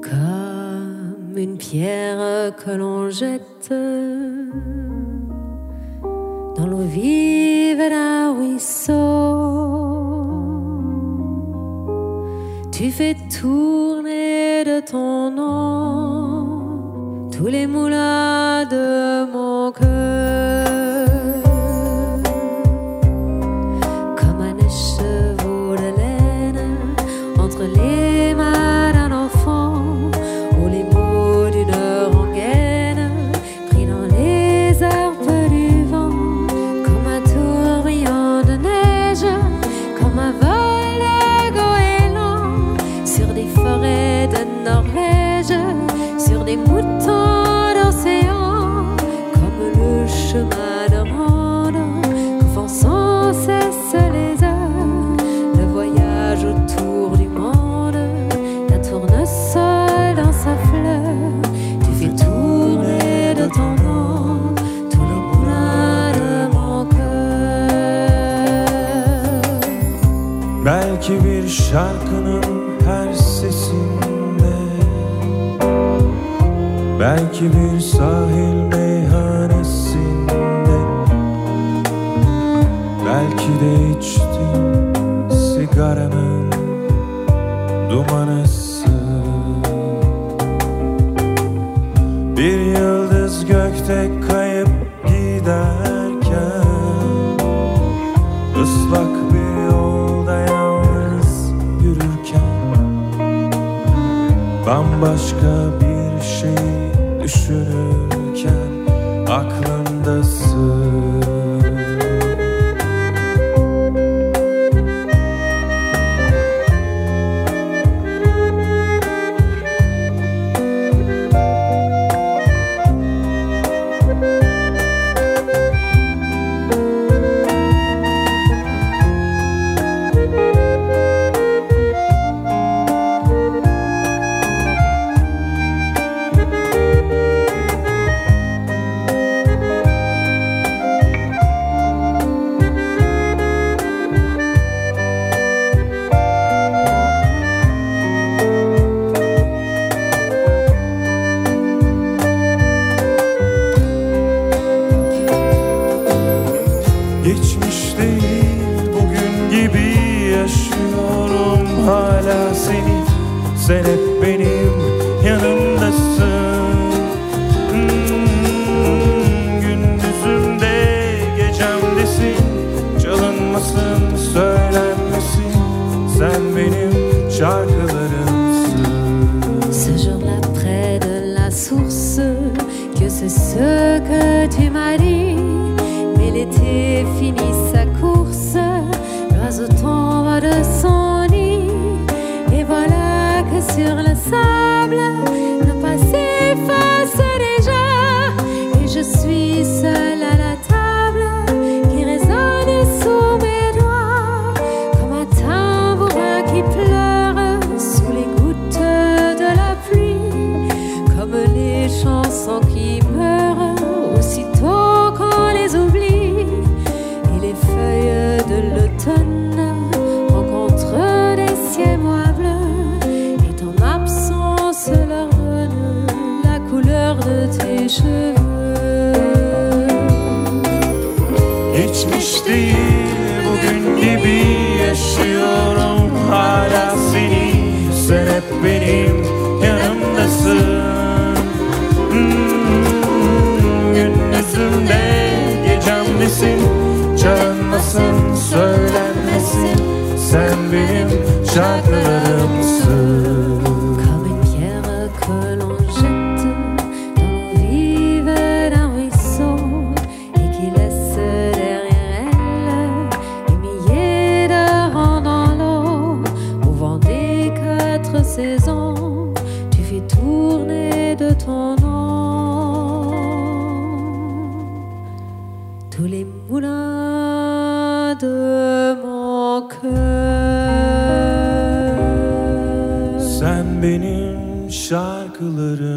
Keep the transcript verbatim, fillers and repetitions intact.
Comme une pierre que l'on jette dans l'eau vive d'un ruisseau, tu fais tourner de ton nom tous les moulins de mon cœur. Comme un écheveau de laine entre les mains d'un enfant, ou les mots d'une rengaine pris dans les herbes du vent. Comme un tourbillon de neige, comme un vol de goéland sur des forêts de Norvège, sur des moutons d'océan, comme le chemin de ronde qu'en sans cesse les heures, le voyage autour du monde d'un tournesol dans sa fleur. Tu fais tourner de ton nom tous les moulins de mon cœur. Belki bir şarkının her sesinde, belki bir sahil meyhanesinde, belki de içtiğim sigaranın dumanısın. Bir yıldız gökte kayıp giderken, ıslak bir yolda yalnız yürürken, bambaşka bir şey düşünürken aklımdasın. Geçmiş değil bugün gibi yaşıyorum hala seni. Sen hep benim yanımdasın. hmm, Gündüzümde gecemdesin. Çalınmasın söylenmesin, sen benim şarkılarımsın. Ce jour-là près de la source, que c'est ce que tu m'as dit. Mais l'été finit sa course, l'oiseau tombe de son nid, et voilà que sur le sable, nos passés s'effacent déjà, et je suis seule à la table qui résonne sous mes doigts, comme un tambourin qui pleure sous les gouttes de la pluie, comme les chansons qui meurent aussitôt qu'on les oublie, et les feuilles de l'automne rencontrent des ciels-mois bleus, et ton absence leur donne la couleur de tes cheveux. Geçmiş değil bugün gibi yaşıyorum hala seni. Sen hep benim yanımdasın. hmm, Gündüzümde gecemdesin. Çalınmasın söylenmesin, sen benim şarkılarımsın. Comme une pierre que l'on jette dans l'eau vive d'un ruisseau, et qui laisse derrière elle des milliers de rangs dans l'eau. Au vent des quatre saisons, tu fais tourner de ton nom tous les moulins de mon cœur. Sen benim şarkılarım.